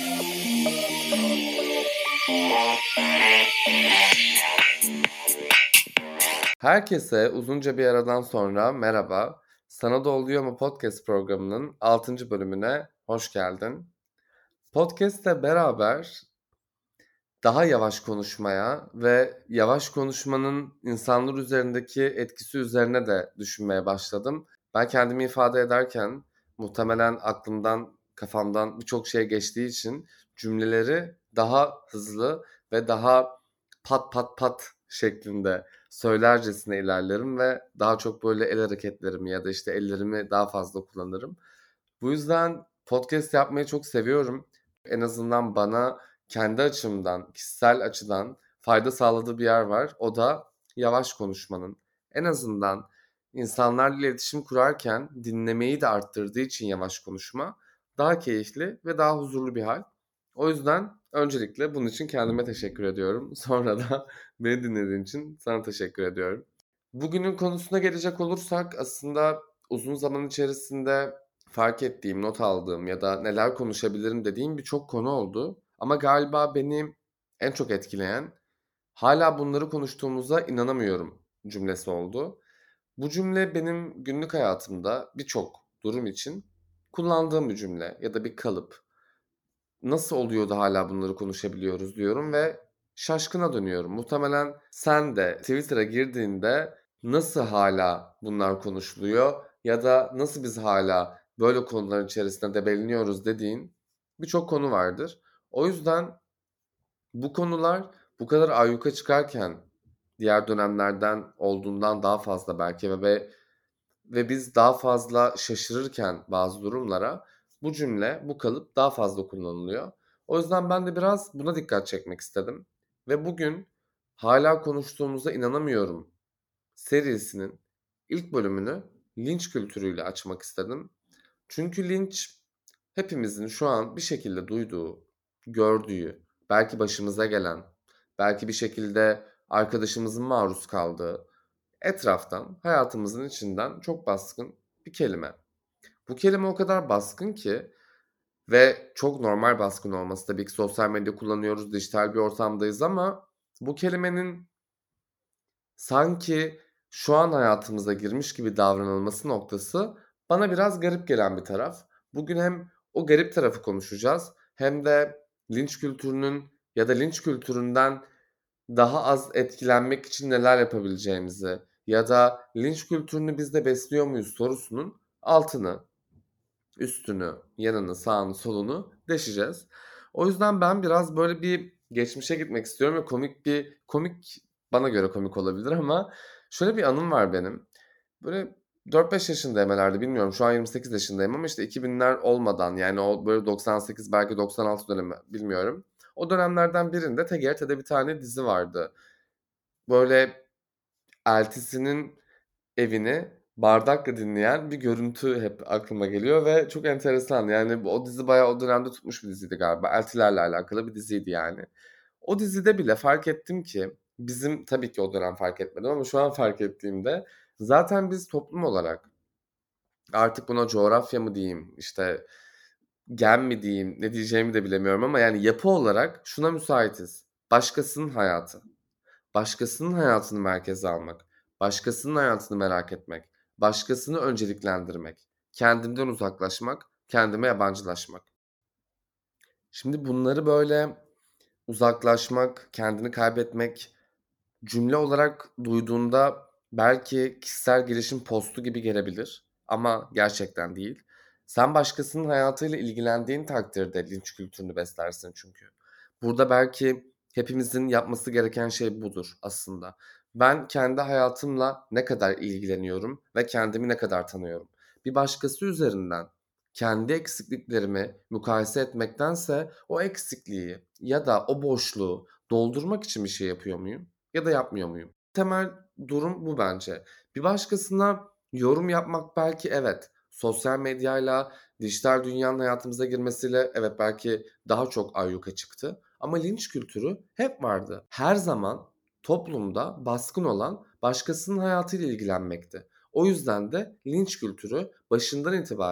Herkese uzunca bir aradan sonra merhaba. Sana da Oluyor mu podcast programının 6. bölümüne hoş geldin. Podcast'le beraber daha yavaş konuşmaya ve yavaş konuşmanın insanlar üzerindeki etkisi üzerine de düşünmeye başladım. Ben kendimi ifade ederken muhtemelen aklımdan, kafamdan birçok şey geçtiği için cümleleri daha hızlı ve daha pat pat pat şeklinde söylercesine ilerlerim ve daha çok böyle el hareketlerimi ya da işte ellerimi daha fazla kullanırım. Bu yüzden podcast yapmayı çok seviyorum. En azından bana kendi açımdan, kişisel açıdan fayda sağladığı bir yer var. O da yavaş konuşmanın. En azından insanlarla iletişim kurarken dinlemeyi de arttırdığı için yavaş konuşma daha keyifli ve daha huzurlu bir hal. O yüzden öncelikle bunun için kendime teşekkür ediyorum. Sonra da beni dinlediğin için sana teşekkür ediyorum. Bugünün konusuna gelecek olursak aslında uzun zaman içerisinde fark ettiğim, not aldığım ya da neler konuşabilirim dediğim birçok konu oldu. Ama galiba beni en çok etkileyen hala bunları konuştuğumuza inanamıyorum cümlesi oldu. Bu cümle benim günlük hayatımda birçok durum için kullandığım bir cümle ya da bir kalıp. Nasıl oluyor da hala bunları konuşabiliyoruz diyorum ve şaşkına dönüyorum. Muhtemelen sen de Twitter'a girdiğinde nasıl hala bunlar konuşuluyor ya da nasıl biz hala böyle konuların içerisinde debeleniyoruz dediğin birçok konu vardır. O yüzden bu konular bu kadar ayyuka çıkarken diğer dönemlerden olduğundan daha fazla belki ve biz daha fazla şaşırırken bazı durumlara bu cümle, bu kalıp daha fazla kullanılıyor. O yüzden ben de biraz buna dikkat çekmek istedim. Ve bugün hala konuştuğumuza inanamıyorum serisinin ilk bölümünü linç kültürüyle açmak istedim. Çünkü linç hepimizin şu an bir şekilde duyduğu, gördüğü, belki başımıza gelen, belki bir şekilde arkadaşımızın maruz kaldığı, etraftan, hayatımızın içinden çok baskın bir kelime. Bu kelime o kadar baskın ki ve çok normal baskın olması, tabii ki sosyal medya kullanıyoruz, dijital bir ortamdayız ama bu kelimenin sanki şu an hayatımıza girmiş gibi davranılması noktası bana biraz garip gelen bir taraf. Bugün hem o garip tarafı konuşacağız hem de linç kültürünün ya da linç kültüründen daha az etkilenmek için neler yapabileceğimizi ya da linç kültürünü biz de besliyor muyuz sorusunun altını, üstünü, yanını, sağını, solunu deşeceğiz. O yüzden ben biraz böyle bir geçmişe gitmek istiyorum ve komik bana göre komik olabilir ama şöyle bir anım var benim. Böyle 4-5 yaşındayım herhâlde bilmiyorum. Şu an 28 yaşındayım ama işte 2000'ler olmadan yani o böyle 98 belki 96 dönemi bilmiyorum. O dönemlerden birinde TGRT'de bir tane dizi vardı. Böyle eltisinin evini bardakla dinleyen bir görüntü hep aklıma geliyor ve çok enteresan. Yani o dizi bayağı o dönemde tutmuş bir diziydi galiba. Eltilerle alakalı bir diziydi yani. O dizide bile fark ettim ki bizim tabii ki o dönem fark etmedim ama şu an fark ettiğimde zaten biz toplum olarak artık buna coğrafya mı diyeyim, işte gen mi diyeyim, ne diyeceğimi de bilemiyorum ama yani yapı olarak şuna müsaitiz. Başkasının hayatı. Başkasının hayatını merkeze almak, başkasının hayatını merak etmek, başkasını önceliklendirmek, kendimden uzaklaşmak, kendime yabancılaşmak. Şimdi bunları böyle uzaklaşmak, kendini kaybetmek cümle olarak duyduğunda belki kişisel gelişim postu gibi gelebilir ama gerçekten değil. Sen başkasının hayatıyla ilgilendiğin takdirde linç kültürünü beslersin çünkü. Burada belki hepimizin yapması gereken şey budur aslında. Ben kendi hayatımla ne kadar ilgileniyorum ve kendimi ne kadar tanıyorum. Bir başkası üzerinden kendi eksikliklerimi mukayese etmektense o eksikliği ya da o boşluğu doldurmak için bir şey yapıyor muyum? Ya da yapmıyor muyum? Temel durum bu bence. Bir başkasına yorum yapmak belki evet, sosyal medyayla, dijital dünyanın hayatımıza girmesiyle evet belki daha çok ayyuka çıktı ama linç kültürü hep vardı. Her zaman toplumda baskın olan başkasının hayatıyla ilgilenmekti. O yüzden de linç kültürü başından itibaren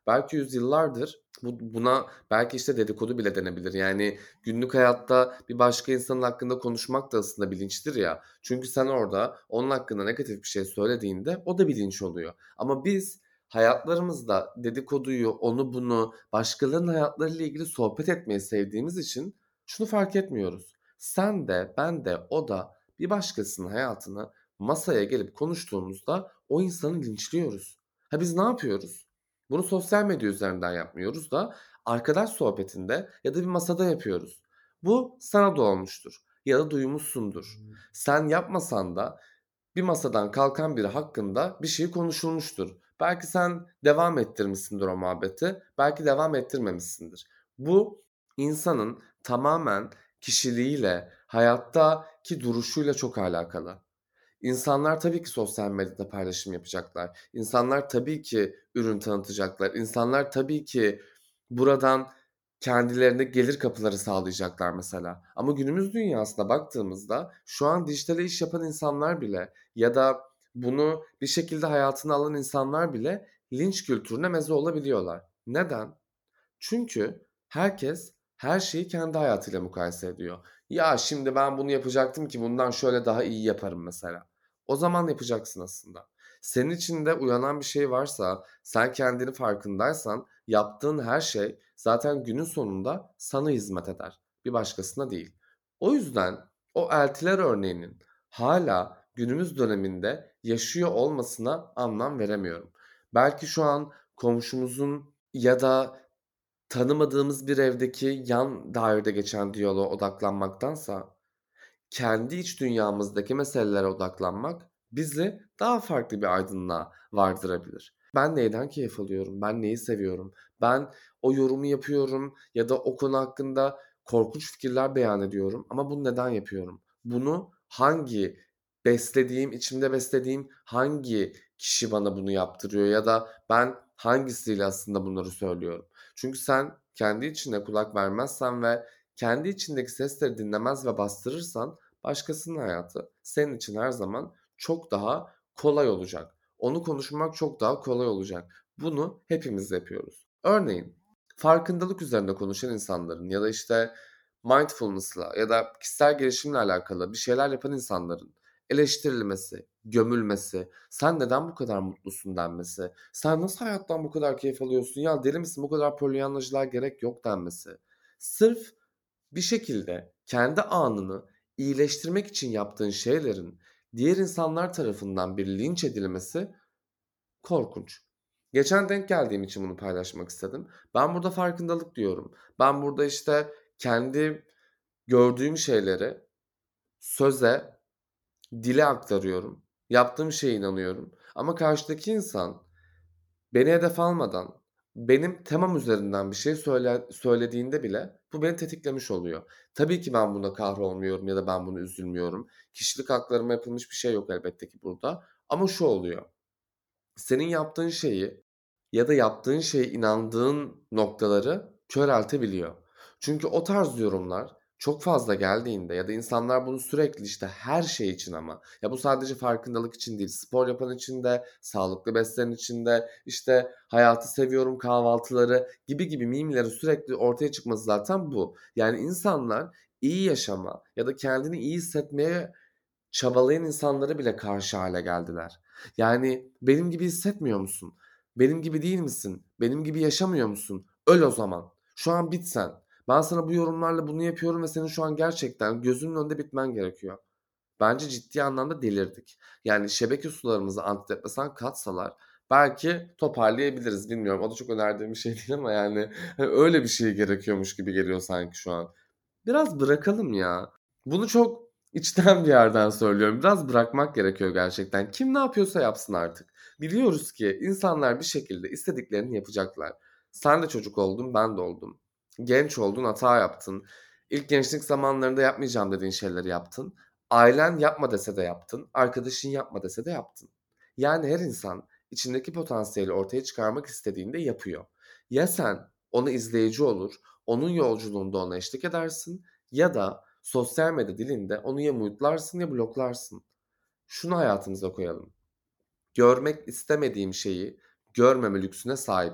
Belki yüzyıllardır buna belki, işte, dedikodu bile denebilir. Yani günlük hayatta bir başka insanın hakkında konuşmak da aslında bilinçtir ya. Çünkü sen orada onun hakkında negatif bir şey söylediğinde o da bilinç oluyor. Ama biz hayatlarımızda dedikoduyu, onu bunu, başkalarının hayatlarıyla ilgili sohbet etmeyi sevdiğimiz için şunu fark etmiyoruz. Sen de, ben de, o da bir başkasının hayatını masaya gelip konuştuğumuzda o insanı linçliyoruz. Ha, biz ne yapıyoruz? Bunu sosyal medya üzerinden yapmıyoruz da arkadaş sohbetinde ya da bir masada yapıyoruz. Bu sana da olmuştur ya da duymuşsundur. Sen yapmasan da bir masadan kalkan biri hakkında bir şey konuşulmuştur. Belki sen devam ettirmişsindir o muhabbeti, belki devam ettirmemişsindir. Bu insanın tamamen kişiliğiyle, hayattaki duruşuyla çok alakalı. İnsanlar tabii ki sosyal medyada paylaşım yapacaklar. İnsanlar tabii ki ürün tanıtacaklar. İnsanlar tabii ki buradan kendilerine gelir kapıları sağlayacaklar mesela. Ama günümüz dünyasına baktığımızda şu an dijitale iş yapan insanlar bile ya da bunu bir şekilde hayatına alan insanlar bile linç kültürüne meze olabiliyorlar. Neden? Çünkü herkes her şeyi kendi hayatıyla mukayese ediyor. Ya, şimdi ben bunu yapacaktım ki bundan şöyle daha iyi yaparım mesela. O zaman yapacaksın aslında. Senin içinde uyanan bir şey varsa, sen kendini farkındaysan yaptığın her şey zaten günün sonunda sana hizmet eder, bir başkasına değil. O yüzden o eltiler örneğinin hâlâ günümüz döneminde yaşıyor olmasına anlam veremiyorum. Belki şu an komşumuzun ya da tanımadığımız bir evdeki yan dairede geçen diyaloğa odaklanmaktansa kendi iç dünyamızdaki meselelere odaklanmak bizi daha farklı bir aydınlığa vardırabilir. Ben neyden keyif alıyorum? Ben neyi seviyorum? Ben o yorumu yapıyorum ya da o konu hakkında korkunç fikirler beyan ediyorum ama bunu neden yapıyorum? Bunu hangi içimde beslediğim hangi kişi bana bunu yaptırıyor ya da ben hangisiyle aslında bunları söylüyorum? Çünkü sen kendi içine kulak vermezsen ve kendi içindeki sesleri dinlemez ve bastırırsan başkasının hayatı senin için her zaman çok daha kolay olacak. Onu konuşmak çok daha kolay olacak. Bunu hepimiz yapıyoruz. Örneğin farkındalık üzerinde konuşan insanların ya da işte mindfulness'la ya da kişisel gelişimle alakalı bir şeyler yapan insanların eleştirilmesi, gömülmesi, "Sen neden bu kadar mutlusun?" denmesi, "Sen nasıl hayattan bu kadar keyif alıyorsun? Ya deli misin? Bu kadar polyanlacılığa gerek yok." denmesi. Sırf bir şekilde kendi anını iyileştirmek için yaptığın şeylerin diğer insanlar tarafından bir linç edilmesi korkunç. Geçen denk geldiğim için bunu paylaşmak istedim. Ben burada farkındalık diyorum. Ben burada, işte, kendi gördüğüm şeyleri söze, dile aktarıyorum. Yaptığım şeye inanıyorum ama karşıdaki insan beni hedef almadan, benim temam üzerinden bir şey söylediğinde bile bu beni tetiklemiş oluyor. Tabii ki ben buna kahrolmuyorum ya da ben buna üzülmüyorum. Kişilik haklarıma yapılmış bir şey yok elbette ki burada ama şu oluyor: senin yaptığın şeyi ya da yaptığın şeye inandığın noktaları köreltebiliyor. Çünkü o tarz yorumlar çok fazla geldiğinde ya da insanlar bunu sürekli, işte, her şey için ama, ya, bu sadece farkındalık için değil, spor yapan için de, sağlıklı beslenen için de, işte, hayatı seviyorum kahvaltıları gibi gibi mimlerin sürekli ortaya çıkması zaten bu. Yani insanlar iyi yaşama ya da kendini iyi hissetmeye çabalayan insanlara bile karşı hâle geldiler. Yani, "Benim gibi hissetmiyor musun? Benim gibi değil misin? Benim gibi yaşamıyor musun? Öl o zaman. Şu an bit sen. Ben sana bu yorumlarla bunu yapıyorum ve senin şu an gerçekten gözümün önünde bitmen gerekiyor." Bence ciddi anlamda delirdik. Yani, şebeke sularımıza antidepresan katsalar belki toparlayabiliriz, bilmiyorum. O da çok önerdiğim bir şey değil ama, yani, hani, öyle bir şey gerekiyormuş gibi geliyor sanki şu an. Biraz bırakalım ya. Bunu çok içten bir yerden söylüyorum. Biraz bırakmak gerekiyor gerçekten. Kim ne yapıyorsa yapsın artık. Biliyoruz ki insanlar bir şekilde istediklerini yapacaklar. Sen de çocuk oldun, ben de oldum. Genç oldun, hata yaptın. İlk gençlik zamanlarında yapmayacağım dediğin şeyleri yaptın. Ailen yapma dese de yaptın. Arkadaşın yapma dese de yaptın. Yani her insan içindeki potansiyeli ortaya çıkarmak istediğinde yapıyor. Ya sen ona izleyici olur, onun yolculuğunda ona eşlik edersin ya da sosyal medya dilinde onu ya mute'larsın ya bloklarsın. Şunu hayatımıza koyalım: görmek istemediğim şeyi görmeme lüksüne sahibim.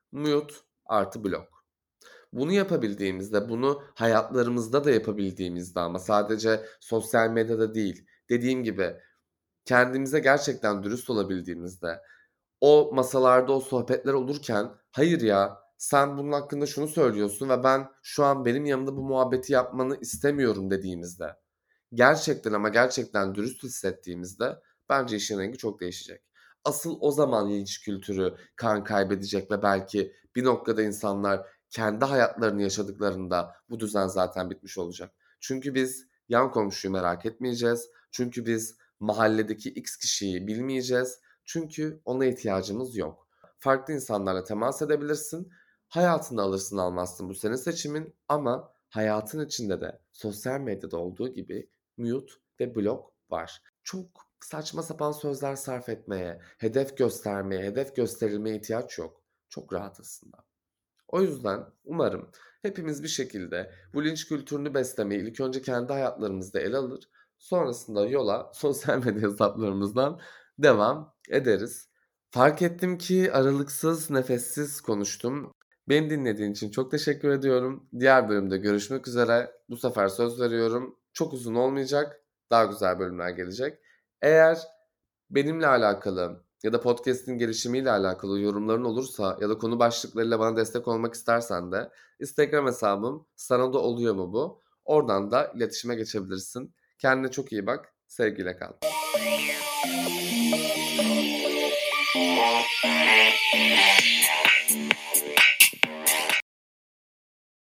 Mute artı blok. Bunu yapabildiğimizde, bunu hayatlarımızda da yapabildiğimizde ama sadece sosyal medyada değil, dediğim gibi kendimize gerçekten dürüst olabildiğimizde, o masalarda o sohbetler olurken, "Hayır ya, sen bunun hakkında şunu söylüyorsun ve ben şu an benim yanımda bu muhabbeti yapmanı istemiyorum." dediğimizde, gerçekten ama gerçekten dürüst hissettiğimizde bence işin rengi çok değişecek. Asıl o zaman linç kültürü kan kaybedecek ve belki bir noktada insanlar kendi hayatlarını yaşadıklarında bu düzen zaten bitmiş olacak. Çünkü biz yan komşuyu merak etmeyeceğiz. Çünkü biz mahalledeki X kişiyi bilmeyeceğiz. Çünkü ona ihtiyacımız yok. Farklı insanlarla temas edebilirsin. Hayatını alırsın almazsın bu senin seçimin ama hayatın içinde de sosyal medyada olduğu gibi mute ve blok var. Çok saçma sapan sözler sarf etmeye, hedef göstermeye, hedef gösterilmeye ihtiyaç yok. Çok rahat aslında. O yüzden umarım hepimiz bir şekilde bu linç kültürünü beslemeyi ilk önce kendi hayatlarımızda ele alır, sonrasında yola sosyal medya hesaplarımızdan devam ederiz. Fark ettim ki aralıksız, nefessiz konuştum. Beni dinlediğin için çok teşekkür ediyorum. Diğer bölümde görüşmek üzere. Bu sefer söz veriyorum. Çok uzun olmayacak. Daha güzel bölümler gelecek. Eğer benimle alakalı ya da podcast'in gelişimiyle alakalı yorumların olursa ya da konu başlıklarıyla bana destek olmak istersen de Instagram hesabım "Sana da oluyor mu bu?" Oradan da iletişime geçebilirsin. Kendine çok iyi bak. Sevgiyle kal.